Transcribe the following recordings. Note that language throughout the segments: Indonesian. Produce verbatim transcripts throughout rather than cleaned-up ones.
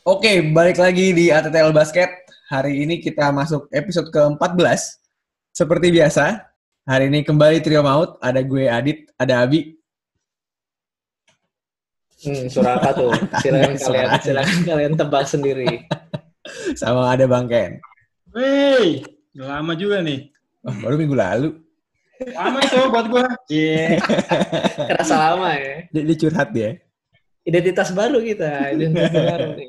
Oke, balik lagi di A T T L Basket. Hari ini kita masuk episode ke empat belas. Seperti biasa, hari ini kembali trio maut. Ada gue Adit, ada Abi. Hmm, suara apa tuh? Silakan kalian, silakan kalian tebak sendiri. Sama ada Bang Ken. Wey, udah lama juga nih. Oh, baru minggu lalu. Lama itu buat gue. Iya. Kerasa lama ya. Dia, dia curhat dia. Identitas baru kita, identitas baru nih.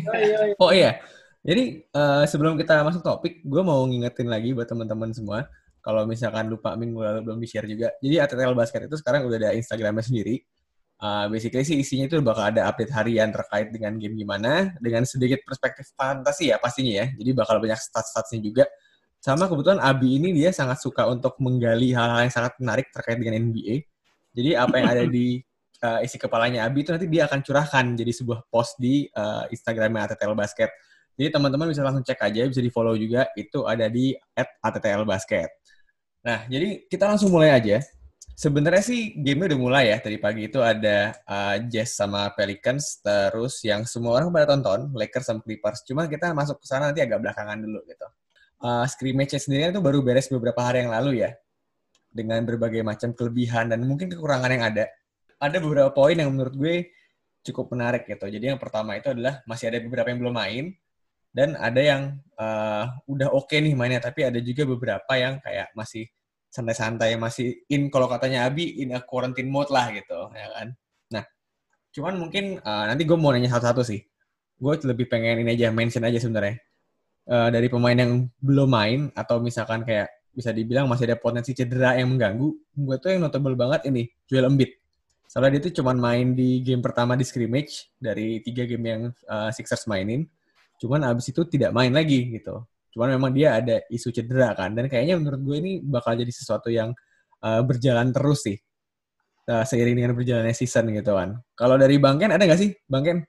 Oh iya, jadi uh, sebelum kita masuk topik, gue mau ngingetin lagi buat teman-teman semua, kalau misalkan lupa minggu lalu belum di-share juga. Jadi A T T L Basket itu sekarang udah ada Instagramnya sendiri. Uh, basically sih isinya itu bakal ada update harian terkait dengan game gimana, dengan sedikit perspektif fantasi ya pastinya ya. Jadi bakal banyak stats-statsnya juga. Sama kebetulan Abi ini dia sangat suka untuk menggali hal-hal yang sangat menarik terkait dengan N B A. Jadi apa yang ada di Uh, isi kepalanya Abi itu nanti dia akan curahkan jadi sebuah post di uh, Instagramnya A T T L Basket. Jadi teman-teman bisa langsung cek aja, bisa di follow juga, itu ada di at A T T L Basket. Nah, jadi kita langsung mulai aja. Sebenarnya sih game-nya udah mulai ya, tadi pagi itu ada uh, Jazz sama Pelicans, terus yang semua orang pada tonton, Lakers sama Clippers. Cuma kita masuk ke sana nanti agak belakangan dulu gitu. Uh, scrimmage-nya sendiri itu baru beres beberapa hari yang lalu ya, dengan berbagai macam kelebihan dan mungkin kekurangan yang ada. Ada beberapa poin yang menurut gue cukup menarik gitu. Jadi yang pertama itu adalah masih ada beberapa yang belum main dan ada yang uh, udah oke okay nih mainnya, tapi ada juga beberapa yang kayak masih santai-santai, masih in kalau katanya Abi in a quarantine mode lah gitu, ya kan. Nah, cuman mungkin uh, nanti gue mau nanya satu-satu sih. Gue lebih pengen ini aja mention aja sebenarnya uh, dari pemain yang belum main atau misalkan kayak bisa dibilang masih ada potensi cedera yang mengganggu. Gue tuh yang notable banget ini Joel Embiid. Soalnya dia tuh cuma main di game pertama di scrimmage dari tiga game yang uh, Sixers mainin. Cuman abis itu tidak main lagi gitu. Cuman memang dia ada isu cedera kan. Dan kayaknya menurut gue ini bakal jadi sesuatu yang uh, berjalan terus sih. Uh, seiring dengan berjalannya season gitu kan. Kalau dari Bang Ken ada nggak sih Bang Ken?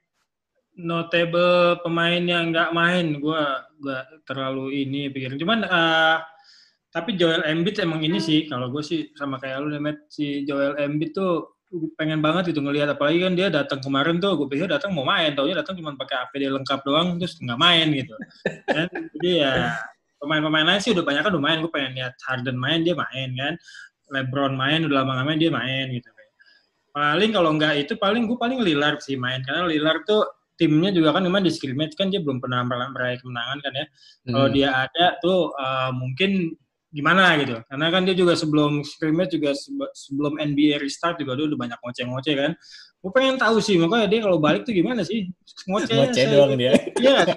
Notable pemain yang nggak main. Gue gue terlalu ini pikirin. Cuman uh, tapi Joel Embiid emang ini sih. Kalau gue sih sama kayak lu Demet. Si Joel Embiid tuh pengen banget itu ngelihat, apalagi kan dia datang kemarin tuh gue pikir datang mau main, taunya datang cuma pakai A P D lengkap doang terus nggak main gitu. Dan jadi ya pemain-pemain lain sih udah banyak kan udah main, gue pengen lihat Harden main, dia main kan, LeBron main udah lama nggak main, dia main gitu. Paling kalau nggak itu paling gue paling Lillard sih main, karena Lillard tuh timnya juga kan memang di scrimmage kan dia belum pernah meraih kemenangan kan ya. Hmm. Kalau dia ada tuh uh, mungkin gimana gitu, karena kan dia juga sebelum scrimmage juga sebelum N B A restart juga dia udah banyak ngoceh-ngoceh kan. Gue pengen tahu sih, makanya dia kalau balik tuh gimana sih ngoceh ngoceh doang dia. Iya.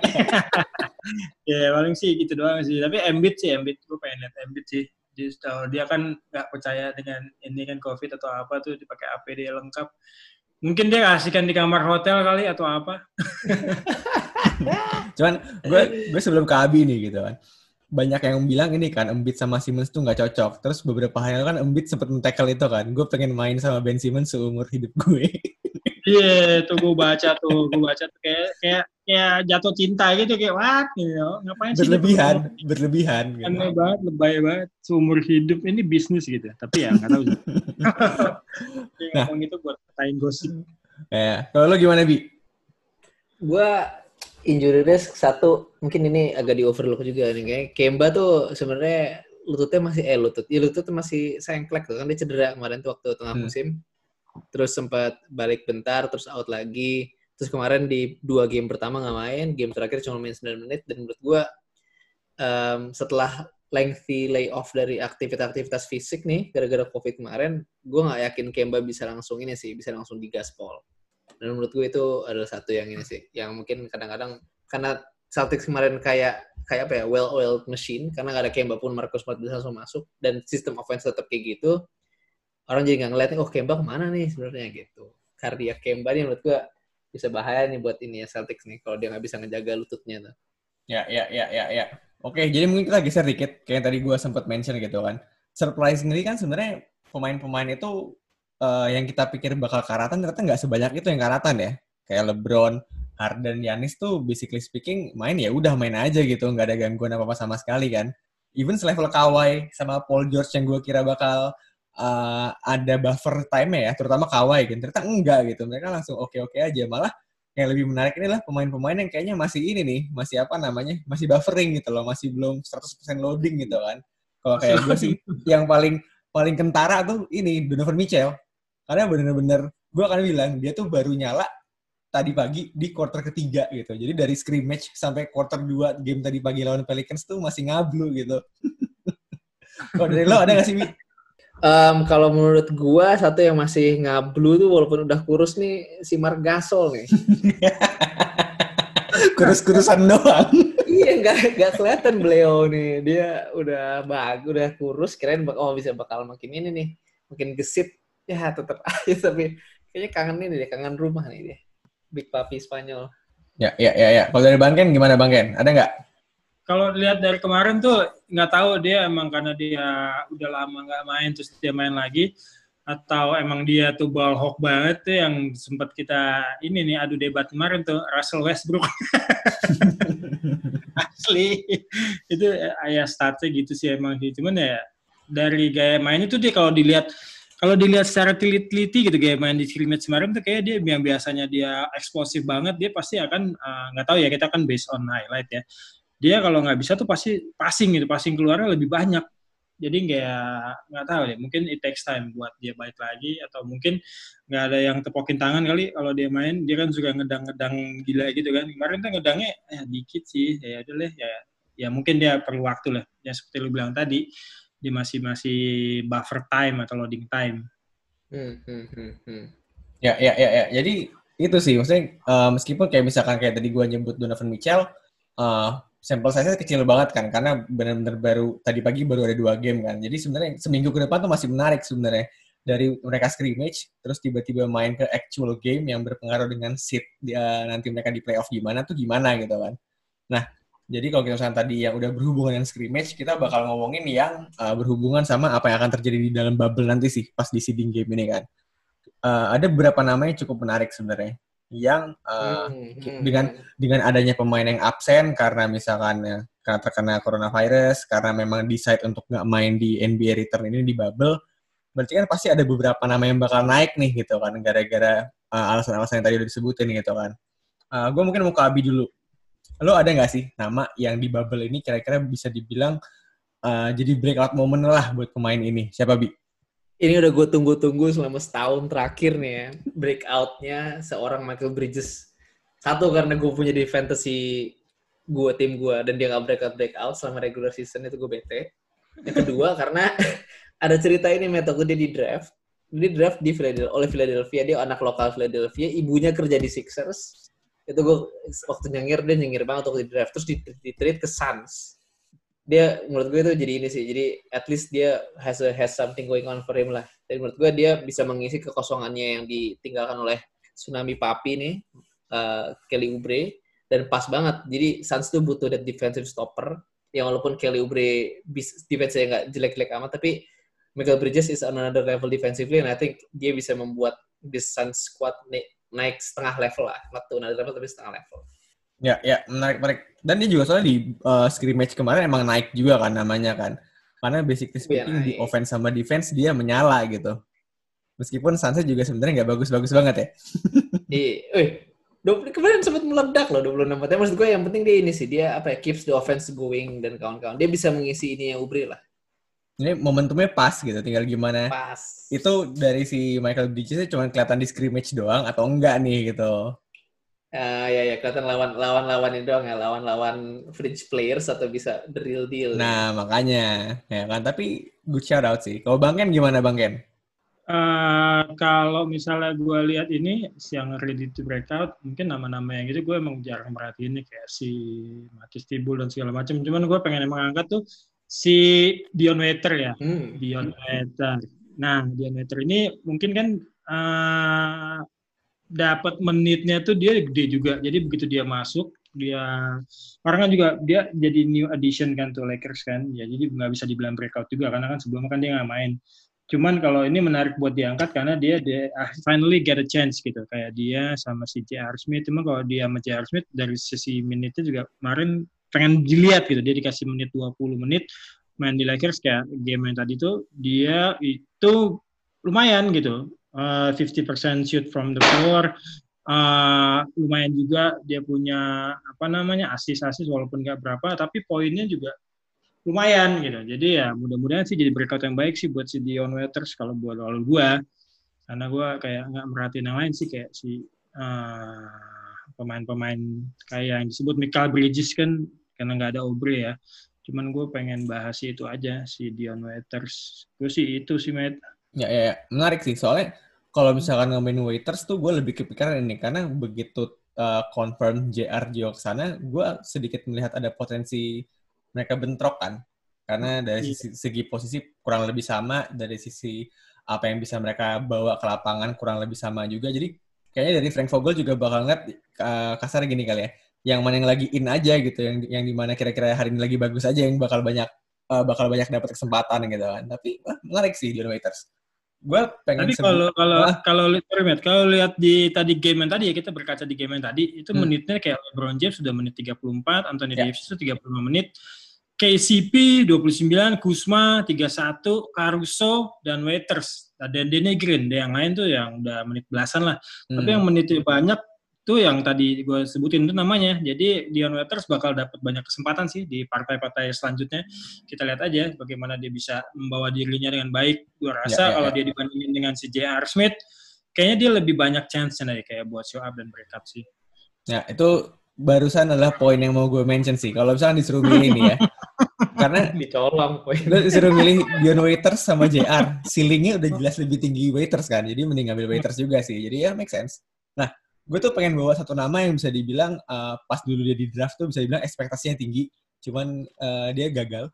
Ya paling sih gitu doang sih, tapi Embiid sih Embiid gue pengen lihat Embiid sih. Jadi, dia kan nggak percaya dengan ini kan COVID atau apa tuh dipakai A P D lengkap. Mungkin dia kasihkan di kamar hotel kali atau apa. Cuman gue gue sebelum ke Abi nih gitu kan. Banyak yang bilang ini kan Embiid sama Simmons tuh nggak cocok. Terus beberapa hari lalu kan Embiid sempat men-tackle itu kan. Gue pengen main sama Ben Simmons seumur hidup gue. Iya, yeah, tuh gue baca tuh, gue baca tuh kayak kayak kayak jatuh cinta gitu, kayak what gitu. Ngapain sih? Berlebihan, berlebihan. Gitu. Aneh banget, lebay banget. Seumur hidup ini bisnis gitu. Tapi ya nggak tahu sih. Nah, ngomong itu buat katain gosip. Ya, kalau lo gimana Bi? Gue injury risk satu, mungkin ini agak di overlook juga nih, kayak Kemba tuh sebenarnya lututnya masih eh lutut, ya lututnya masih sengklek tuh kan, dia cedera kemarin tuh waktu tengah musim, hmm. terus sempat balik bentar, terus out lagi, terus kemarin di dua game pertama nggak main, game terakhir cuma main sembilan menit, dan menurut gue um, setelah lengthy layoff dari aktivitas-aktivitas fisik nih gara-gara COVID kemarin, gue nggak yakin Kemba bisa langsung ini sih, bisa langsung digaspol. Dan menurut gue itu adalah satu yang ini sih, yang mungkin kadang-kadang karena Celtics kemarin kayak kayak apa ya, well-oiled machine, karena nggak ada Kemba pun Marcus Smart bisa langsung masuk, dan sistem offense tetap kayak gitu, orang jadi nggak ngeliat, oh Kemba kemana nih sebenarnya gitu. Kardiak Kemba nih menurut gue bisa bahaya nih buat ini ya Celtics nih, kalau dia nggak bisa ngejaga lututnya tuh. Ya, ya, ya, ya, ya. Oke, jadi mungkin kita geser dikit, kayak tadi gue sempat mention gitu kan. Surprisingly kan sebenarnya pemain-pemain itu Uh, yang kita pikir bakal karatan ternyata nggak sebanyak itu yang karatan ya. Kayak LeBron, Harden, Giannis tuh basically speaking main ya udah main aja gitu, nggak ada gangguan apa-apa sama sekali kan. Even selevel Kawhi sama Paul George yang gue kira bakal uh, ada buffer time ya, terutama Kawhi kan, ternyata enggak gitu. Mereka langsung oke-oke aja. Malah yang lebih menarik ini adalah pemain-pemain yang kayaknya masih ini nih, masih apa namanya, masih buffering gitu loh, masih belum seratus persen loading gitu kan. Kalau kayak gue sih, yang paling paling kentara tuh ini, Donovan Mitchell. Karena bener-bener, gue akan bilang, dia tuh baru nyala tadi pagi di quarter ketiga gitu. Jadi dari scrimmage sampai quarter dua game tadi pagi lawan Pelicans tuh masih ngablu gitu. Kalau dari lo ada nggak sih, Mi? Um, kalau menurut gua satu yang masih ngablu tuh walaupun udah kurus nih si Marc Gasol nih. Kurus-kurusan doang. Iya nggak nggak kelihatan beliau nih, dia udah bagus, udah kurus, kirain bak- oh bisa bakal makin ini nih, makin gesit ya tetap aja tapi kayaknya kangen ini deh, kangen rumah nih dia, Big Papi Spanyol. Ya, ya, ya, ya. Kalau dari Bang Ken gimana Bang Ken? Ada nggak? Kalau lihat dari kemarin tuh nggak tahu dia emang karena dia udah lama nggak main terus dia main lagi atau emang dia tuh ball hawk banget tuh yang sempat kita ini nih adu debat kemarin tuh Russell Westbrook. Asli itu ayah statsnya gitu sih emang sih, cuman ya dari gaya main itu dia kalau dilihat kalau dilihat secara teliti gitu gaya main di scrimmage kemarin tuh kayak dia yang biasanya dia eksplosif banget, dia pasti akan nggak uh, tahu ya, kita kan based on highlight ya, dia kalau nggak bisa tuh pasti passing gitu, passing keluarnya lebih banyak. Jadi nggak nggak tahu deh, mungkin it takes time buat dia balik lagi, atau mungkin nggak ada yang tepokin tangan kali kalau dia main. Dia kan suka ngedang-ngedang gila gitu kan. Kemarin tuh ngedangnya ya dikit sih, ya udah deh ya. Ya mungkin dia perlu waktu lah. Ya seperti lu bilang tadi, dia masih masih buffer time atau loading time. Hmm, hmm, hmm, hmm. Ya, ya, ya, ya. Jadi itu sih, maksudnya uh, meskipun kayak misalkan kayak tadi gue nyebut Donovan Mitchell, uh, sampel size-nya kecil banget kan, karena benar-benar baru, tadi pagi baru ada dua game kan. Jadi sebenarnya seminggu ke depan tuh masih menarik sebenarnya. Dari mereka scrimmage, terus tiba-tiba main ke actual game yang berpengaruh dengan seed dia, nanti mereka di playoff gimana tuh gimana gitu kan. Nah, jadi kalau kita misalkan tadi yang udah berhubungan dengan scrimmage, kita bakal ngomongin yang uh, berhubungan sama apa yang akan terjadi di dalam bubble nanti sih, pas di seeding game ini kan. Uh, ada beberapa nama yang cukup menarik sebenarnya. Yang uh, hmm, hmm, dengan dengan adanya pemain yang absen karena misalkan ya, karena terkena coronavirus, karena memang decide untuk nggak main di N B A return ini di bubble, berarti kan pasti ada beberapa nama yang bakal naik nih gitu kan, gara-gara uh, alasan-alasan yang tadi udah disebutin gitu kan. Uh, gue mungkin mau ke Abi dulu. Lo ada nggak sih nama yang di bubble ini kira-kira bisa dibilang uh, jadi breakout moment lah buat pemain ini? Siapa, Bi? Ini udah gue tunggu-tunggu selama setahun terakhir nih ya, breakout-nya seorang Michael Bridges. Satu, karena gue punya di fantasy gue, tim gue, dan dia gak breakout-breakout selama regular season, itu gue bete. Yang kedua, karena ada cerita ini, Met, waktu dia di draft. Dia di draft di Philadelphia, oleh Philadelphia, dia anak lokal Philadelphia, ibunya kerja di Sixers. Itu gue, waktu nyengir, dia nyengir banget waktu di draft. Terus di, di trade ke Suns. Dia menurut gue itu jadi ini sih, jadi at least dia has a, has something going on for him lah. Jadi menurut gue dia bisa mengisi kekosongannya yang ditinggalkan oleh Tsunami Papi nih, uh, Kelly Oubre, dan pas banget. Jadi Suns tuh butuh that defensive stopper, yang walaupun Kelly Oubre defense-nya nggak jelek-jelek amat, tapi Michael Bridges is on another level defensively, and I think dia bisa membuat this Suns squad naik, naik setengah level lah, not to another level tapi setengah level. Ya, ya, menarik, menarik. Dan dia juga soalnya di uh, scrimmage kemarin emang naik juga kan namanya kan. Karena basically speaking di offense sama defense dia menyala gitu. Meskipun Suns juga sebenarnya nggak bagus-bagus banget ya. Iya, eh, kemarin sempat meledak loh dua puluh enam poin. Maksud gue yang penting dia ini sih, dia apa ya, keeps the offense going dan kawan-kawan. Dia bisa mengisi ini yang Oubre lah. Ini momentumnya pas gitu, tinggal gimana. Pas. Itu dari si Michael Bridges cuma kelihatan di scrimmage doang atau enggak nih gitu. Uh, ya ya kelihatan lawan lawan lawan ini doang ya, lawan lawan fringe players atau bisa the real deal. Nah ya. Makanya ya kan, tapi good shout out sih. Kalau Bang Ken gimana Bang Ken? Uh, kalau misalnya gue lihat ini yang ready to breakout, mungkin nama-nama yang gitu gue emang jarang merhatiin nih, kayak si Matisse Thybulle dan segala macam. Cuman gue pengen emang angkat tuh si Dion Waiter ya, hmm. Dion Waiter. Nah Dion Waiter ini mungkin kan uh, dapat menitnya tuh dia gede juga. Jadi begitu dia masuk, dia orang kan juga dia jadi new addition kan tuh Lakers kan. Ya jadi nggak bisa dibilang breakout juga karena kan sebelumnya kan dia nggak main. Cuman kalau ini menarik buat diangkat karena dia dia finally get a chance gitu. Kayak dia sama si J R Smith. Cuma kalau dia sama J R Smith dari sisi menitnya juga kemarin pengen dilihat gitu. Dia dikasih menit dua puluh menit main di Lakers kayak game yang tadi tuh dia itu lumayan gitu. Uh, fifty percent shoot from the floor, uh, lumayan juga dia punya apa namanya asis-asis walaupun nggak berapa, tapi poinnya juga lumayan gitu. Jadi ya mudah-mudahan sih jadi breakout yang baik sih buat si Dion Waiters kalau buat lalu gue. Karena gue kayak nggak merhatiin yang lain sih kayak si uh, pemain-pemain kayak yang disebut Michael Bridges kan karena nggak ada Oubre ya. Cuman gue pengen bahas itu aja si Dion Waiters. Gue sih itu sih Matt. Ya, ya, ya, menarik sih soalnya kalau misalkan ngomongin Waiters tuh gue lebih kepikiran ini karena begitu uh, confirm J R Gio kesana, gue sedikit melihat ada potensi mereka bentrok kan. Karena dari sisi, segi posisi kurang lebih sama, dari sisi apa yang bisa mereka bawa ke lapangan kurang lebih sama juga. Jadi kayaknya dari Frank Vogel juga bakal ngeliat uh, kasar gini kali ya. Yang mana yang lagi in aja gitu, yang yang dimana kira-kira hari ini lagi bagus aja yang bakal banyak uh, bakal banyak dapat kesempatan gitu kan. Tapi wah, menarik sih Dion Waiters. Gue pengen Tapi kalau kalau kalau lihat kalau lihat di tadi game yang tadi ya kita berkaca di game yang tadi itu hmm. menitnya kayak LeBron James sudah menit tiga puluh empat, Anthony yeah. Davis itu tiga puluh lima menit, K C P dua puluh sembilan, Kuzma tiga puluh satu, Caruso dan Waiters. Ada Danny Green, yang lain tuh yang udah menit belasan lah. Hmm. Tapi yang menitnya banyak tuh yang tadi gue sebutin itu namanya. Jadi Dion Waiters bakal dapat banyak kesempatan sih di partai-partai selanjutnya. Kita lihat aja bagaimana dia bisa membawa dirinya dengan baik. Gue rasa ya, ya, kalau ya. dia dibandingin dengan si J R Smith, kayaknya dia lebih banyak chance-nya nih kayak buat show up dan break up sih. Ya, itu barusan adalah poin yang mau gue mention sih. Kalau misalnya disuruh milih nih ya. Karena dicolong poin. Disuruh milih Dion Waiters sama J R. Ceilingnya udah jelas lebih tinggi Waiters kan. Jadi mending ambil Waiters juga sih. Jadi ya make sense. Nah, gue tuh pengen bawa satu nama yang bisa dibilang uh, pas dulu dia di draft tuh bisa dibilang ekspektasinya tinggi, cuman uh, dia gagal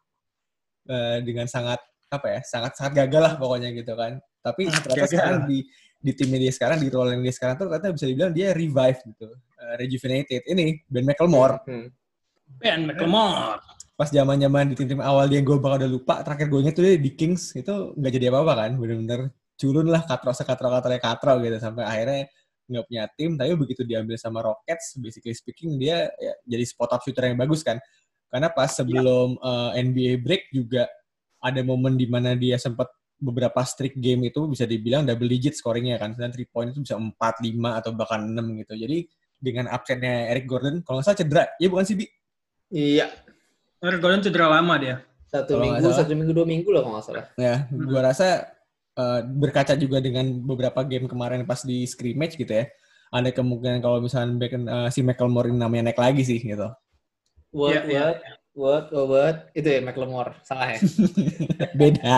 uh, dengan sangat apa ya, sangat sangat gagal lah pokoknya gitu kan. Tapi ternyata sekarang di di timnya dia sekarang, di role yang dia sekarang tuh ternyata bisa dibilang dia revive gitu, uh, rejuvenated. Ini Ben McLemore. Hmm. Ben McLemore. Pas zaman-zaman di tim-tim awal dia gue bakal udah lupa. Terakhir gue inget tuh dia di Kings itu nggak jadi apa-apa kan, bener-bener culun lah katro sekatro-katronya katro gitu sampai akhirnya nggak punya tim, tapi begitu diambil sama Rockets, basically speaking dia ya, jadi spot up shooter yang bagus kan. Karena pas sebelum ya. uh, N B A break juga ada momen di mana dia sempat beberapa streak game itu bisa dibilang double digit scoringnya kan, dan three point itu bisa empat, lima atau bahkan enam gitu. Jadi dengan absennya Eric Gordon, kalau nggak salah cedera, ya bukan sih Bi? Iya. Eric Gordon cedera lama dia. Satu kalo minggu, satu minggu, dua minggu lah kalau nggak salah. Ya, hmm. gua rasa Uh, berkaca juga dengan beberapa game kemarin pas di scrimmage gitu ya, ada kemungkinan kalau misalnya back, uh, si McLemore ini namanya naik lagi sih gitu. What, yeah, what, yeah. what, what, what, itu ya McLemore, salah ya? Beda.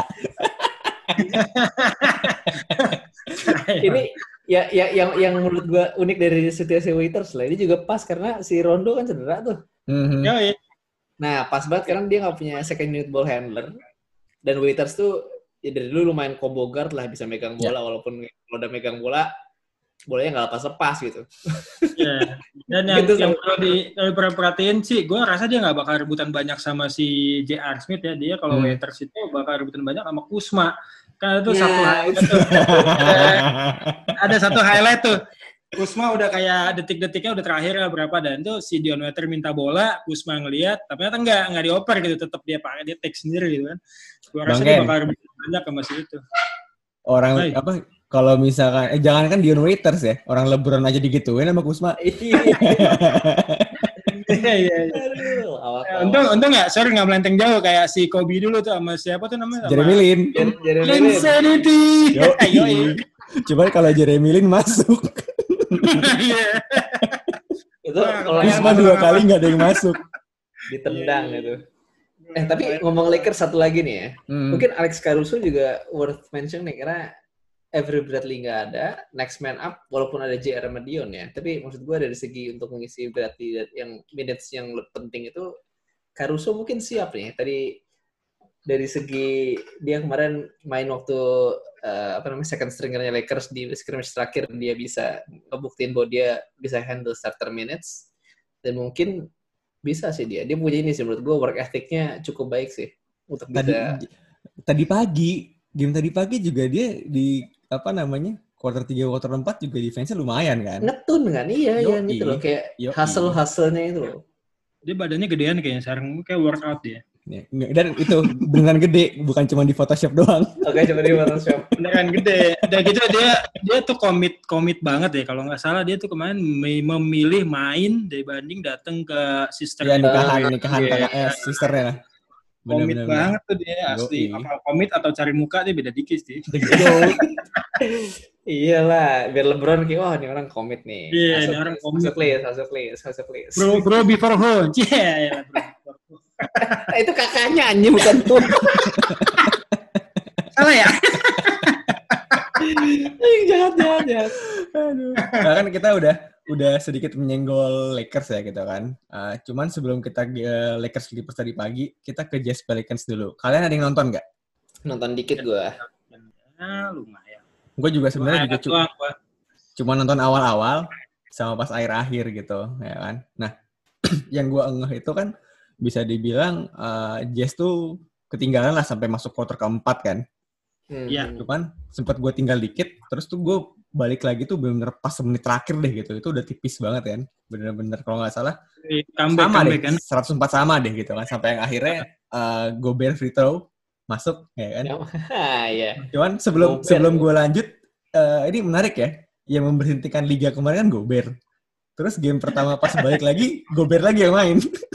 Ini ya, ya yang yang menurut gua unik dari situasi Waiters lah, ini juga pas karena si Rondo kan cedera tuh. Mm-hmm. Ya, ya. Nah pas banget karena dia nggak punya second unit ball handler dan Waiters tuh ya dari dulu lumayan combo guard lah, bisa megang bola, yeah. walaupun kalau udah megang bola, bolanya nggak lepas-lepas gitu. Yeah. Dan yang, gitu, yang perlu di perhatiin sih, gue rasa dia nggak bakal rebutan banyak sama si J R Smith ya. Dia kalau hmm. Waiters itu bakal rebutan banyak sama Kuzma. Karena itu yeah. satu highlight tuh. ada, ada satu highlight tuh. Kuzma udah kayak detik-detiknya udah terakhir lah berapa, dan tuh si Dion Waiters minta bola, Kuzma ngelihat, tapi ternyata enggak, enggak dioper gitu, tetap dia pakai, dia take sendiri gitu kan. Gua rasa dia bakal banyak sama si itu. Orang Hai. apa, kalau misalkan, eh jangan kan Dion Waiters ya, orang LeBron aja digituin sama Kuzma. Iya, iya, iya. Untung, untung nggak, sorry nggak melenteng jauh, kayak si Kobe dulu tuh sama siapa tuh namanya? Jeremy Lin. Jeremy Lin. Insanity. Cuman kalau Jeremy Lin masuk. Iya. Itu kalau Kuzma dua kali nggak ada yang masuk. Ditendang yeah, itu. Eh tapi ngomong Lakers satu lagi nih ya. Hmm. Mungkin Alex Caruso juga worth mention nih karena Avery Bradley nggak ada, next man up walaupun ada J R Dion ya. Tapi maksud gue dari segi untuk mengisi Bradley yang minutes yang penting itu Caruso mungkin siap nih. Tadi dari segi dia kemarin main waktu uh, apa namanya second stringernya Lakers di scrimmage terakhir, dia bisa ngebuktiin bahwa dia bisa handle starter minutes, dan mungkin bisa sih dia. Dia punya ini sih menurut gue work ethic-nya cukup baik sih untuk tadi, bisa. Tadi pagi game tadi pagi juga dia di apa namanya quarter tiga quarter empat juga defense-nya lumayan kan. Ngetun kan, iya Yoi. yang itu loh kayak Yoi. hustle hustle-nya itu loh. Dia badannya gedean kayaknya sekarang, kayak workout dia. Ya, dan itu beneran gede, bukan cuma di Photoshop doang. Oke, cuma di Photoshop. Beneran gede. Dan gitu dia dia tuh komit komit banget ya. Kalau nggak salah dia tuh kemarin memilih main dibanding datang ke sisternya. Ya nikahan, uh, nikahan yeah. kakaknya, sisternya lah. Komit Bener-bener. banget tuh dia asli. Yoi. Apa komit atau cari muka dia beda dikit sih. Iyalah, biar LeBron kayak wah ini orang komit nih. Iya, masuk, ini orang komit. Masuk list, masuk list, masuk list. Bro, bro before home. Iya, yeah, bro. Itu kakaknya anjing bukan tuh. Salah ya? jahat, jahat, jahat. Aduh. Nah, kan kita udah udah sedikit menyenggol Lakers ya gitu kan. Uh, cuman sebelum kita uh, Lakers Clippers tadi pagi, kita ke Jazz Pelicans dulu. Kalian ada yang nonton nggak? Nonton dikit gue. Nah, lumayan. Gue juga sebenarnya juga cu- doang, gua. cuma nonton awal-awal sama pas akhir-akhir gitu, ya kan. Nah, yang gue engeh itu kan bisa dibilang uh, Jazz tuh ketinggalan lah sampai masuk quarter keempat kan. Iya. Hmm. Cuman sempat gue tinggal dikit, terus tuh gue balik lagi tuh bener-bener pas menit terakhir deh gitu. Itu udah tipis banget kan. Bener-bener kalau nggak salah Comeback, sama comeback, deh, kan? seratus empat sama deh gitu kan. Sampai yang akhirnya uh, Gobert free throw masuk, ya kan. Iya. Cuman sebelum Gobert. sebelum gue lanjut, uh, ini menarik ya. Yang memberhentikan liga kemarin kan Gobert. Terus game pertama pas balik lagi, Gobert lagi yang main.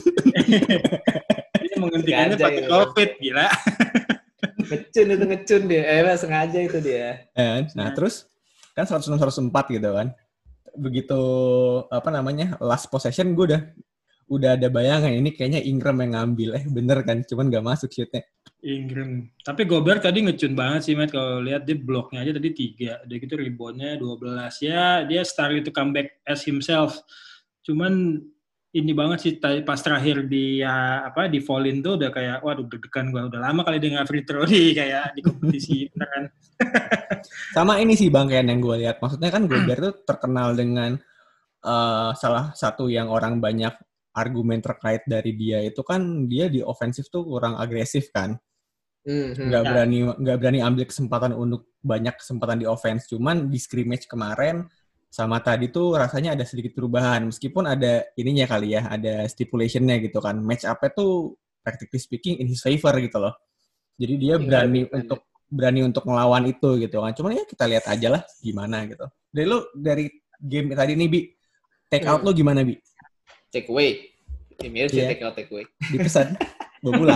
Ini menghentikannya Sengaja pakai itu. COVID, gila. Ngecun itu ngecun dia. Eh, sengaja itu dia. Ya, nah, terus kan seratus enam seratus empat gitu kan. Begitu apa namanya? Last possession gue udah udah ada bayangan ini kayaknya Ingram yang ngambil. Eh bener kan, cuman gak masuk shootnya. Ingram. Tapi Gobert tadi ngecun banget sih, Matt. Kalau lihat dia bloknya aja tadi tiga. Udah gitu reboundnya dua belas. Ya, dia start to come back as himself. Cuman ini banget sih pas terakhir di ya, apa di fall-in tuh udah kayak waduh deg-degan gue. Udah lama kali dia nggak free throw di kayak di kompetisi kan. Sama ini sih Bang Ken yang gue lihat. Maksudnya kan Gobert tuh terkenal dengan uh, salah satu yang orang banyak argumen terkait dari dia itu kan dia di ofensif tuh kurang agresif kan. Mm-hmm. Nggak berani nggak berani ambil kesempatan untuk banyak kesempatan di offense. Cuman di scrimmage kemarin sama tadi tuh rasanya ada sedikit perubahan. Meskipun ada ininya kali ya, ada stipulation-nya gitu kan. Match up-nya tuh practically speaking in his favor gitu loh. Jadi dia berani ya, untuk berani untuk melawan itu gitu kan. Cuman ya kita lihat aja lah gimana gitu. Dari lu dari game tadi nih Bi, take out hmm. lu gimana Bi? Take away. Ya, mirip sih yeah. take out take away. Dipesan. Bawa pulang.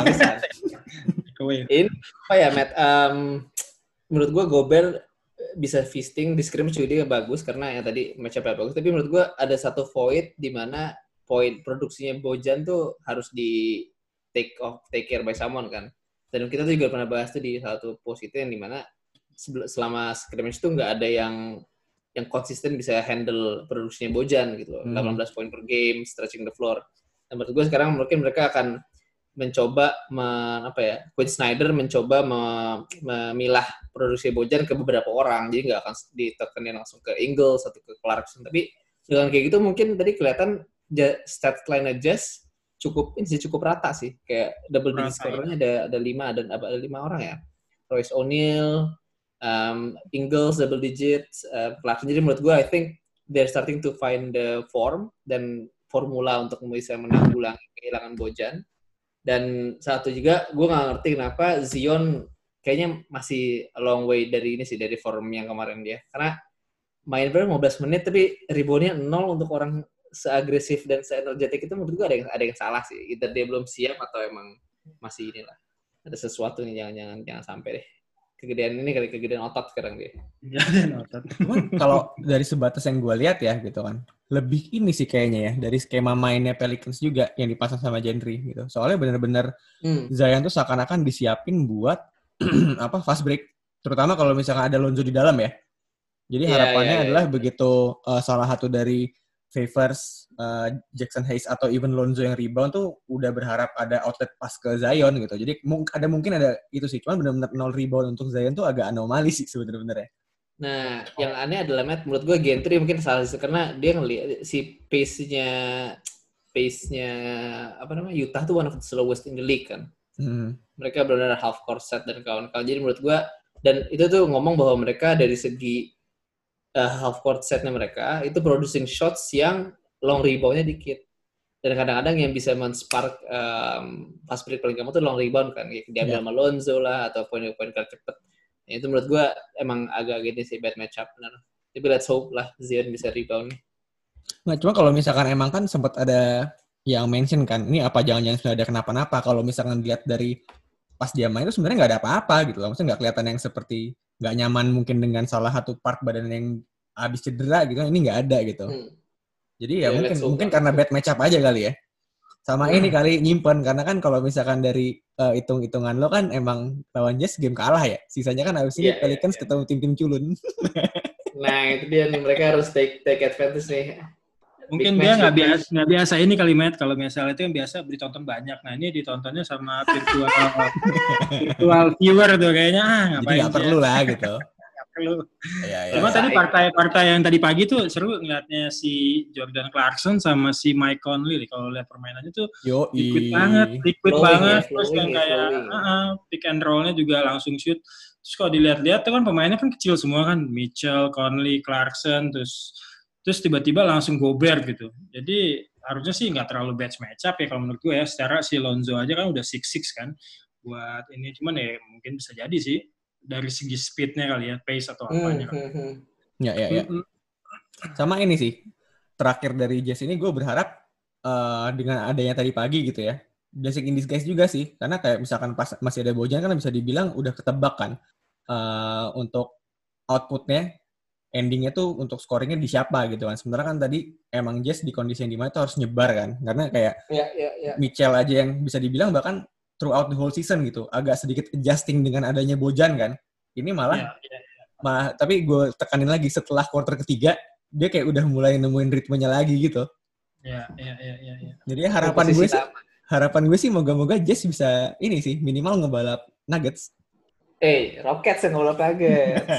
Ini apa ya Matt? Um, menurut gua Gobert bisa feasting di scrimmage juga dia bagus karena yang tadi match-up bagus, tapi menurut gue ada satu void di mana poin produksinya Bojan tuh harus di take off take care by someone kan. Dan kita tuh juga pernah bahas tuh di satu post itu yang dimana selama scrimmage tuh nggak ada yang yang konsisten bisa handle produksinya Bojan gitu loh. Hmm. delapan belas poin per game, stretching the floor. Dan menurut gue sekarang mungkin mereka akan mencoba me, apa ya Quinn Snyder mencoba me, memilah produksi Bojan ke beberapa orang, jadi nggak akan ditekenin langsung ke Ingles atau ke Clarkson, tapi dengan kayak gitu mungkin tadi kelihatan stat line Jazz cukup ini sih cukup rata sih, kayak double digit scorernya ada ada lima dan ada lima orang ya, Royce O'Neal, um, Ingles double digit, uh, Clarkson. Jadi menurut gue I think they're starting to find the form dan formula untuk bisa menanggulangi kehilangan Bojan. Dan satu juga, gue nggak ngerti kenapa Zion kayaknya masih a long way dari ini sih, dari form yang kemarin dia. Karena main baru lima belas menit, tapi reboundnya nol untuk orang seagresif dan se-energetik itu menurut gue ada yang, ada yang salah sih. Either dia belum siap atau emang masih inilah. Ada sesuatu nih, jangan-jangan jangan sampai deh. Kegedean ini kali kegedean otot sekarang dia. Kegedean otot. Cuman kalau dari sebatas yang gue lihat ya gitu kan, lebih ini sih kayaknya ya dari skema mainnya Pelicans juga yang dipasang sama Gentry gitu. Soalnya benar-benar hmm. Zion tuh seakan-akan disiapin buat apa fast break, terutama kalau misalkan ada Lonzo di dalam ya. Jadi yeah, harapannya yeah, yeah, adalah yeah. begitu uh, salah satu dari Favors, uh, Jackson Hayes atau even Lonzo yang rebound tuh udah berharap ada outlet pas ke Zion gitu. Jadi mung- ada mungkin ada itu sih, cuman benar-benar nol rebound untuk Zion tuh agak anomali sih sebenarnya. Nah, oh. yang aneh adalah Matt, menurut gue Gentry mungkin salah satu karena dia ngelihat si pace-nya pace-nya apa namanya Utah tuh one of the slowest in the league kan. Hmm. Mereka benar-benar half court set dan kawan-kawan. Jadi menurut gue, dan itu tuh ngomong bahwa mereka dari segi uh, half court setnya mereka itu producing shots yang long rebound-nya dikit. Dan kadang-kadang yang bisa men-spark um, fast break paling gampang tuh long rebound kan. Kayak diambil Yeah. sama Lonzo lah, atau poin-poin kali cepet. Nah, itu menurut gue emang agak gini sih, bad matchup. Benar. Tapi let's hope lah Zion bisa rebound. Nggak, cuma kalau misalkan emang kan sempat ada yang mention kan, ini apa jangan-jangan sudah ada kenapa-napa. Kalau misalkan dilihat dari pas dia main itu sebenarnya nggak ada apa-apa gitu loh. Maksudnya nggak kelihatan yang seperti nggak nyaman mungkin dengan salah satu part badan yang habis cedera gitu. Ini nggak ada gitu. Hmm. Jadi ya Yeah, mungkin let's hope mungkin lah. karena bad matchup aja kali ya. Sama Hmm. ini kali nyimpen karena kan kalau misalkan dari uh, hitung-hitungan lo kan emang lawan Jazz game kalah ya. Sisanya kan habis ini Yeah, Pelicans yeah, yeah. ketemu tim-tim culun. Nah itu dia nih, mereka harus take take advantage nih. Mungkin Big dia match, nggak big biasa nggak biasa ini kalimat kalau misalnya itu yang biasa ditonton banyak. Nah ini ditontonnya sama virtual virtual viewer tuh kayaknya ah Jadi ngapain nggak sih perlu ya? lah gitu. Nggak perlu. Ya, ya, Cuma ya. tadi partai-partai yang tadi pagi tuh seru ngeliatnya si Jordan Clarkson sama si Mike Conley. Kalau lihat permainannya tuh Yo, liquid banget, liquid Flowing banget. ya, Terus flowing yang ya, kayak flowing. uh, pick and roll-nya juga langsung shoot. Terus kalau dilihat-lihat tuh kan pemainnya kan kecil semua kan, Mitchell, Conley, Clarkson, terus terus tiba-tiba langsung Gobert gitu. Jadi harusnya sih nggak terlalu bad matchup ya kalau menurut gue ya. Secara si Lonzo aja kan udah six six kan buat ini. Cuman ya mungkin bisa jadi sih dari segi speed-nya kali ya, pace atau apanya. Hmm, hmm, hmm. Ya, ya, ya. Mm-mm. Sama ini sih, terakhir dari Jazz ini gue berharap uh, dengan adanya tadi pagi gitu ya, blessing in disguise juga sih, karena kayak misalkan pas masih ada Bojan kan bisa dibilang udah ketebak kan uh, untuk outputnya, endingnya tuh untuk scoringnya di siapa gitu kan. Sementara kan tadi emang Jazz di kondisi yang dimana tuh harus nyebar kan, karena kayak Ya, ya, ya. Mitchell aja yang bisa dibilang bahkan throughout the whole season gitu, agak sedikit adjusting dengan adanya Bojan kan. Ini malah Ya, ya. Mah, tapi gue tekanin lagi setelah quarter ketiga dia kayak udah mulai nemuin ritmenya lagi gitu. Ya, ya, ya, ya, ya. Jadi harapan Komposisi gue sih, lama. harapan gue sih moga-moga Jazz bisa ini sih minimal ngebalap Nuggets. Eh, Rockets yang ngolah Nuggets.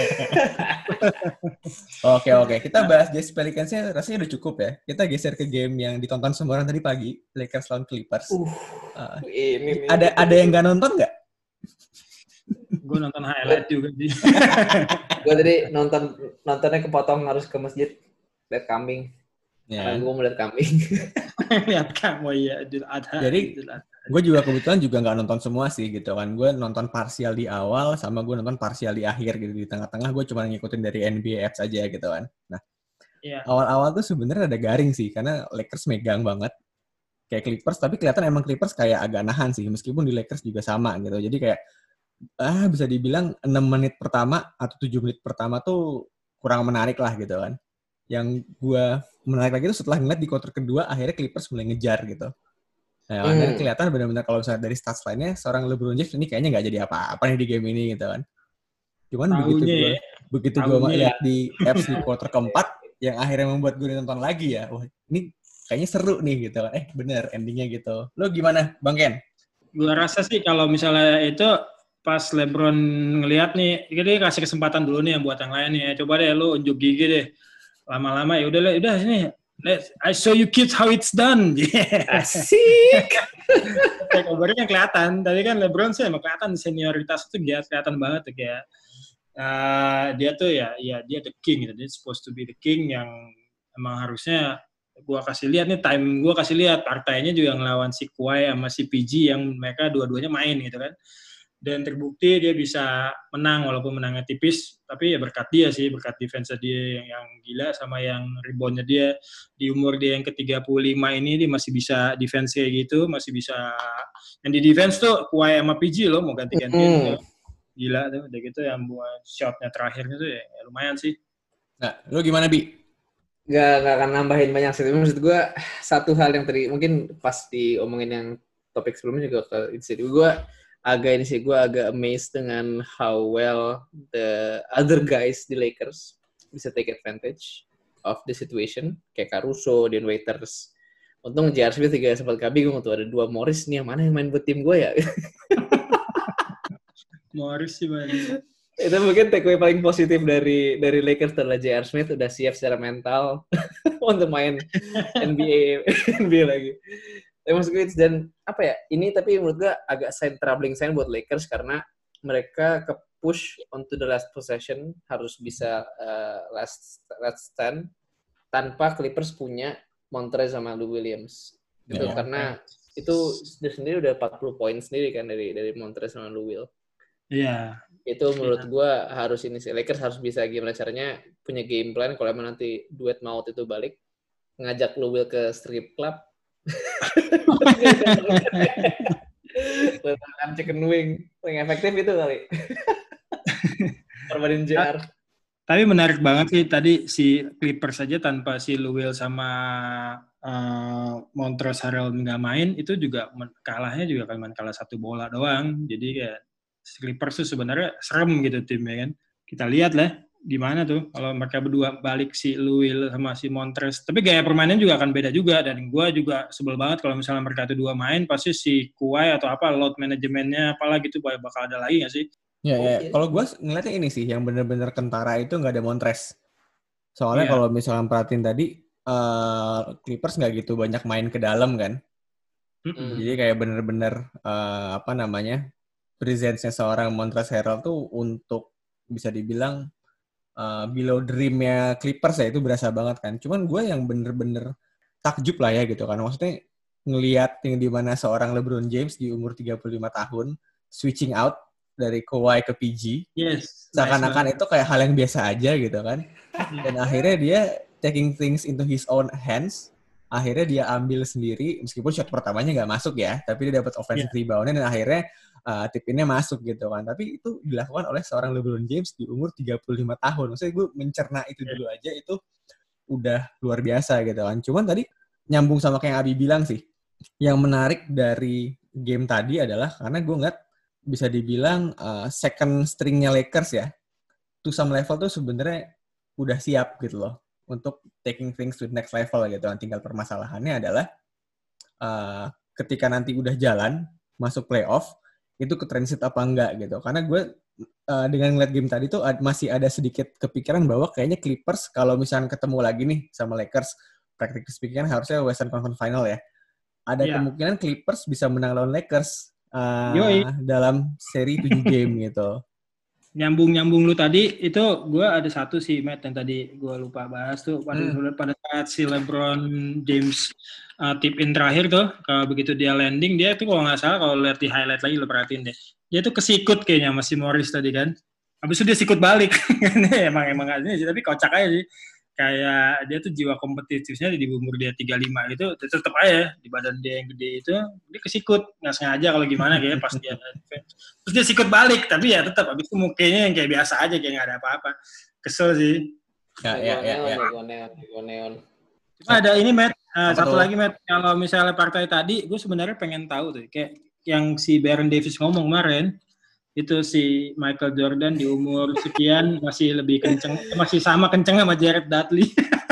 Oke oke, kita bahas Jazz Pelicans-nya rasanya udah cukup ya. Kita geser ke game yang ditonton semua orang tadi pagi, Lakers lawan Clippers. Uh, Uh, ini nih. ada ada yang nggak nonton nggak? Gue nonton highlight juga sih. Gue tadi nonton nontonnya kepotong harus ke masjid lihat kambing. Karena Ya. gue mau lihat kambing. Lihat kamu ya, Idul Adha. Jadi Idul Adha. gue juga kebetulan juga nggak nonton semua sih gitu kan. Gue nonton parsial di awal sama gue nonton parsial di akhir gitu. Di tengah-tengah gue cuma ngikutin dari N B A Apps aja gitu kan. Nah Iya. awal-awal tuh sebenarnya ada garing sih karena Lakers megang banget kayak Clippers, tapi kelihatan emang Clippers kayak agak nahan sih meskipun di Lakers juga sama gitu. Jadi kayak ah bisa dibilang enam menit pertama atau tujuh menit pertama tuh kurang menarik lah gitu kan. Yang gue menarik lagi itu setelah ngeliat di quarter kedua akhirnya Clippers mulai ngejar gitu. Nah, Hmm. dan kelihatan benar-benar kalau misalnya dari stats lainnya seorang LeBron James ini kayaknya nggak jadi apa-apa nih di game ini gitu kan. Cuman begitu Taunya gue ya. begitu gue Taunya lihat di apps di quarter keempat yang akhirnya membuat gue nonton lagi ya. Wah, ini kayaknya seru nih gitu kan. Eh bener endingnya gitu. Lo gimana Bang Ken? Gue rasa sih kalau misalnya itu pas LeBron ngelihat nih, jadi kasih kesempatan dulu nih yang buat yang lain nih. Coba deh lu unjuk gigi deh. Lama-lama ya udah udah sini. Let's, I show you kids how it's done. Asik. Kayak kabarnya kelihatan. Tadi kan LeBron sih emang kelihatan senioritas itu dia kelihatan banget tuh kayak uh, dia tuh ya ya dia the king gitu. Dia supposed to be the king yang emang harusnya gua kasih lihat nih time gua kasih lihat partainya juga ngelawan si Kawhi sama si P G yang mereka dua-duanya main gitu kan. Dan terbukti dia bisa menang walaupun menangnya tipis, tapi ya berkat dia sih, berkat defense dia yang, yang gila sama yang rebound-nya dia. Di umur dia yang ke tiga puluh lima ini dia masih bisa defense kayak gitu, masih bisa yang di defense tuh Kawhi sama P G loh mau ganti-gantian. Hmm. Gila tuh, udah gitu yang buat shot-nya terakhirnya tuh ya, ya lumayan sih. Nah, lo gimana Bi? Gak, gak akan nambahin banyak sih. Maksud gue satu hal yang tadi mungkin pas diomongin yang topik sebelumnya juga ke itu gue agak ini sih gue agak amazed dengan how well the other guys di Lakers bisa take advantage of the situation kayak Caruso, Dean Waiters. Untung J R Smith juga sempat kabingung tuh ada dua Morris nih yang mana yang main buat tim gue ya. Morris sih banyak. Itu mungkin takeaway paling positif dari dari Lakers setelah J R Smith udah siap secara mental untuk main N B A N B A lagi. Tapi maksud gue dan apa ya ini tapi menurut gue agak sign troubling sign buat Lakers karena mereka ke push onto the last possession harus bisa uh, last last stand tanpa Clippers punya Montrez sama Lou Williams. Itu Ya. karena itu sendiri udah empat puluh poin sendiri kan dari dari Montrez sama Lou Will. Iya. Itu menurut gua harus ini sih. Lakers harus bisa gimana caranya punya game plan kalau emang nanti duet maut itu balik ngajak Lou Will ke strip club. Letakkan chicken wing. Paling efektif itu kali. Korbanin J R. Tapi menarik banget sih tadi si Clippers saja tanpa si Lou Will sama uh, Montrezl Harrell nggak main itu juga men- kalahnya juga kan kalah satu bola doang. Jadi kayak si Clippers tuh sebenarnya serem gitu timnya kan. Kita lihat lah gimana tuh kalau mereka berdua balik si Lou Will sama si Montrezl. Tapi gaya permainan juga akan beda juga dan gue juga sebel banget kalau misalnya mereka tuh dua main pasti si Kawhi atau apa load manajemennya apalah gitu bakal ada lagi nggak sih? Ya, ya. Kalau gue ngeliatnya ini sih, yang bener-bener kentara itu nggak ada Montrez. Soalnya Iya. kalau misalnya perhatiin tadi, uh, Clippers nggak gitu banyak main ke dalam kan. Mm-mm. Jadi kayak bener-bener, uh, apa namanya, presence-nya seorang Montrezl Harrell tuh untuk bisa dibilang uh, below dream-nya Clippers ya, itu berasa banget kan. Cuman gue yang bener-bener takjub lah ya gitu kan. Maksudnya ngelihat yang dimana seorang LeBron James di umur tiga puluh lima tahun, switching out, dari Kawhi ke P G, Yes, seakan-akan nice itu kayak hal yang biasa aja gitu kan. Dan akhirnya dia taking things into his own hands, akhirnya dia ambil sendiri, meskipun shot pertamanya nggak masuk ya, tapi dia dapat offensive yeah. rebound-nya dan akhirnya uh, tip-innya masuk gitu kan. Tapi itu dilakukan oleh seorang LeBron James di umur tiga puluh lima tahun. Maksudnya gue mencerna itu dulu aja, itu udah luar biasa gitu kan. Cuman tadi nyambung sama kayak yang Abi bilang sih, yang menarik dari game tadi adalah karena gue ngeliat bisa dibilang uh, second string-nya Lakers ya, to some level tuh sebenarnya udah siap gitu loh untuk taking things to the next level gitu. Tinggal permasalahannya adalah uh, ketika nanti udah jalan masuk playoff itu ke transit apa enggak gitu. Karena gue uh, dengan ngeliat game tadi tuh ad- masih ada sedikit kepikiran bahwa kayaknya Clippers kalau misalnya ketemu lagi nih sama Lakers, practically speaking harusnya Western Conference Final ya. Ada yeah. kemungkinan Clippers bisa menang lawan Lakers Uh, dalam seri tujuh game gitu. Nyambung-nyambung lu tadi, itu gue ada satu sih, Matt, yang tadi gue lupa bahas tuh. Pada, hmm. pada saat si LeBron James uh, tip in terakhir tuh, kalau begitu dia landing, dia tuh kalau nggak salah, kalau lihat di highlight lagi, lu perhatiin deh. Dia tuh kesikut kayaknya sama si Morris tadi kan. Habis itu dia sikut balik. emang emang gak sih, tapi kocak aja sih. Kayak dia tuh jiwa kompetitifnya di umur dia tiga puluh lima itu tetap aja di badan dia yang gede itu dia kesikut nggak sengaja kalau gimana kayak pas dia terus dia sikut balik tapi ya tetap abis itu mukanya yang kayak biasa aja kayak nggak ada apa-apa kesel sih ya ya ya, ya. Cuma ada ini Matt uh, satu tuh? lagi Matt kalau misalnya partai tadi gue sebenarnya pengen tahu tuh kayak yang si Baron Davis ngomong kemarin itu si Michael Jordan di umur sekian masih lebih kenceng, masih sama kenceng sama Jared Dudley.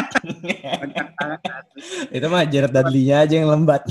Itu mah Jared Dudley-nya aja yang lembat.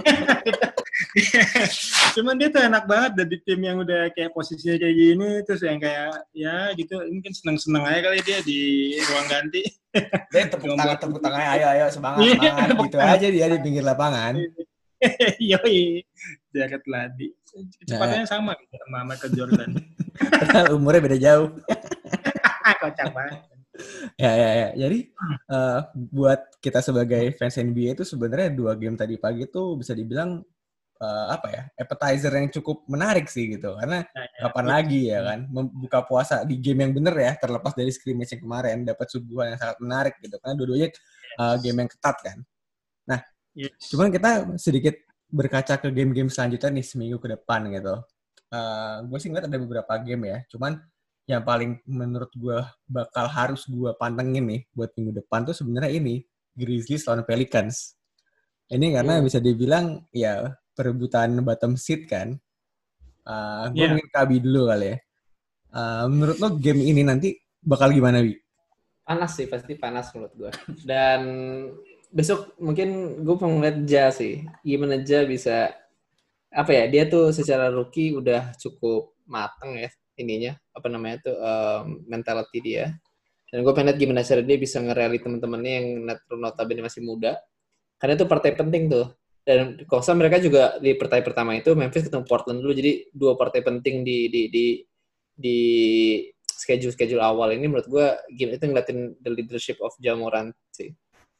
Cuman dia tuh enak banget dari tim yang udah kayak posisinya kayak gini, terus yang kayak ya gitu, ini kan seneng-seneng aja kali dia di ruang ganti. Dia tepuk tangan, tepuk tangan, ayo ayo semangat semangat gitu aja dia di pinggir lapangan. Yoi, Jared Dudley. Kecepatannya nah. sama gitu sama Michael Jordan. Padahal umurnya beda jauh. Kocak banget. Ya ya ya. Jadi uh, buat kita sebagai fans N B A itu sebenarnya dua game tadi pagi tuh bisa dibilang uh, apa ya? Appetizer yang cukup menarik sih gitu. Karena ya, ya, kapan ya. lagi ya kan membuka puasa di game yang bener ya, terlepas dari scrimmage yang kemarin dapat suguhan yang sangat menarik gitu. Karena dua-duanya uh, game yang ketat kan. Nah, yes. Cuman kita sedikit berkaca ke game-game selanjutnya nih seminggu ke depan gitu. Uh, gue sih ngeliat ada beberapa game ya. Cuman yang paling menurut gue bakal harus gue pantengin nih buat minggu depan tuh sebenarnya ini Grizzlies lawan Pelicans. Ini karena hmm. bisa dibilang ya perebutan bottom seed kan. Uh, gue yeah. mungkin Kabi dulu kali ya. Uh, menurut lo game ini nanti bakal gimana, Bi? Panas sih, pasti panas menurut gue. Dan besok mungkin gue mau ngeliat Ja sih. Gimana Ja bisa, apa ya, dia tuh secara rookie udah cukup mateng ya ininya, apa namanya tuh, um, mentality dia. Dan gue pengen lihat gimana cara dia bisa nge-rally teman-temannya yang notabene masih muda. Karena itu partai penting tuh. Dan kalau mereka juga di partai pertama itu Memphis ketemu Portland dulu, jadi dua partai penting di di di di schedule-schedule awal ini menurut gue game itu ngeliatin the leadership of Ja Morant sih.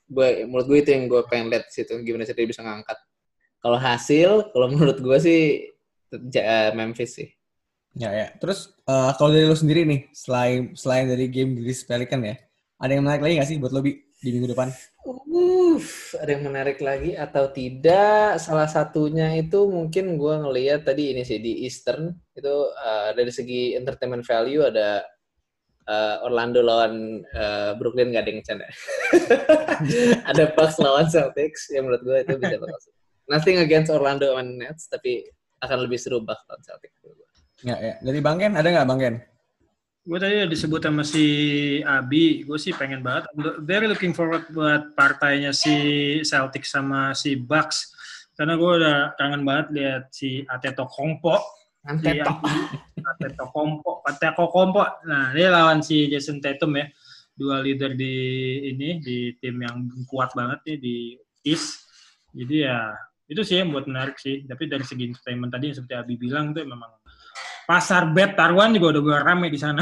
Gue, menurut gue itu yang gue pengen lihat situ, gimana sih dia bisa ngangkat. Kalau hasil, kalau menurut gue sih Memphis sih. Ya ya. Terus uh, kalau dari lo sendiri nih, selain selain dari game Grizzlies Pelican ya, ada yang menarik lagi nggak sih buat lo Bi, di minggu depan? Uh, ada yang menarik lagi atau tidak? Salah satunya itu mungkin gue ngelihat tadi ini sih di Eastern itu uh, dari segi entertainment value ada uh, Orlando lawan uh, Brooklyn, gak ada yang canda. Ada Bucks lawan Celtics yang menurut gue itu bisa bakal. Nothing against Orlando and Nets, tapi akan lebih seru Bucks lawan Celtics. Ya ya. Dari Bang Ken, ada nggak Bang Ken? Gue tadi disebut sama si Abi, gue sih pengen banget. Very looking forward buat partainya si Celtics sama si Bucks. Karena gue udah kangen banget lihat si Antetokounmpo. Antetok. Antetokounmpo, Antetokounmpo. Nah, dia lawan si Jason Tatum ya. Dua leader di ini, di tim yang kuat banget nih di East. Jadi ya, itu sih yang buat menarik sih. Tapi dari segi entertainment tadi, seperti Abi bilang tuh memang pasar bet taruhan juga udah gue rame di sana.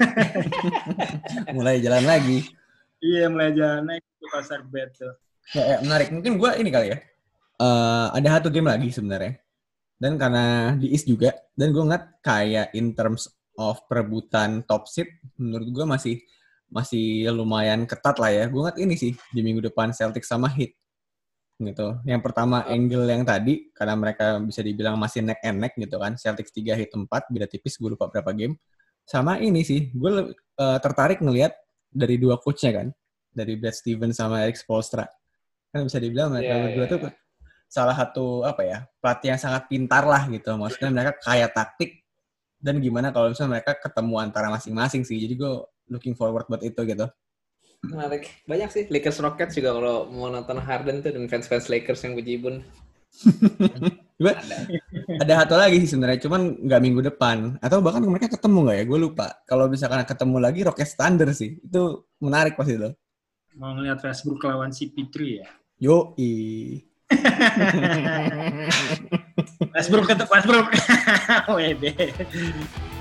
Mulai jalan lagi. Iya, mulai jalan naik ke pasar bet tuh. Ya, ya menarik. Mungkin gue ini kali ya. Uh, ada satu game lagi sebenarnya. Dan karena di East juga. Dan gue ngeliat kayak in terms of perebutan top seed, menurut gue masih masih lumayan ketat lah ya. Gue ngeliat ini sih di minggu depan Celtics sama Heat. Gitu. Yang pertama angle yang tadi karena mereka bisa dibilang masih neck and neck gitu kan. Celtics tiga Heat empat, beda tipis, gue lupa berapa game. Sama ini sih, gue uh, tertarik ngelihat dari dua coach-nya kan. Dari Brad Stevens sama Erik Spoelstra. Kan bisa dibilang mereka yeah, berdua yeah. tuh salah satu apa ya, pelatih yang sangat pintar lah gitu. Maksudnya mereka kaya taktik dan gimana kalau misalnya mereka ketemu antara masing-masing sih. Jadi gue looking forward buat itu gitu. Menarik. Banyak sih. Lakers Rockets juga kalau mau nonton Harden tuh dan fans-fans Lakers yang bejibun. ada. ada satu lagi sih sebenarnya, cuman nggak minggu depan. Atau bahkan mereka ketemu nggak ya? Gue lupa. Kalau misalkan ketemu lagi Rockets Thunder sih. Itu menarik pasti itu. Mau ngeliat Westbrook lawan C P three ya? Yoi. Westbrook ketemu Westbrook. W B.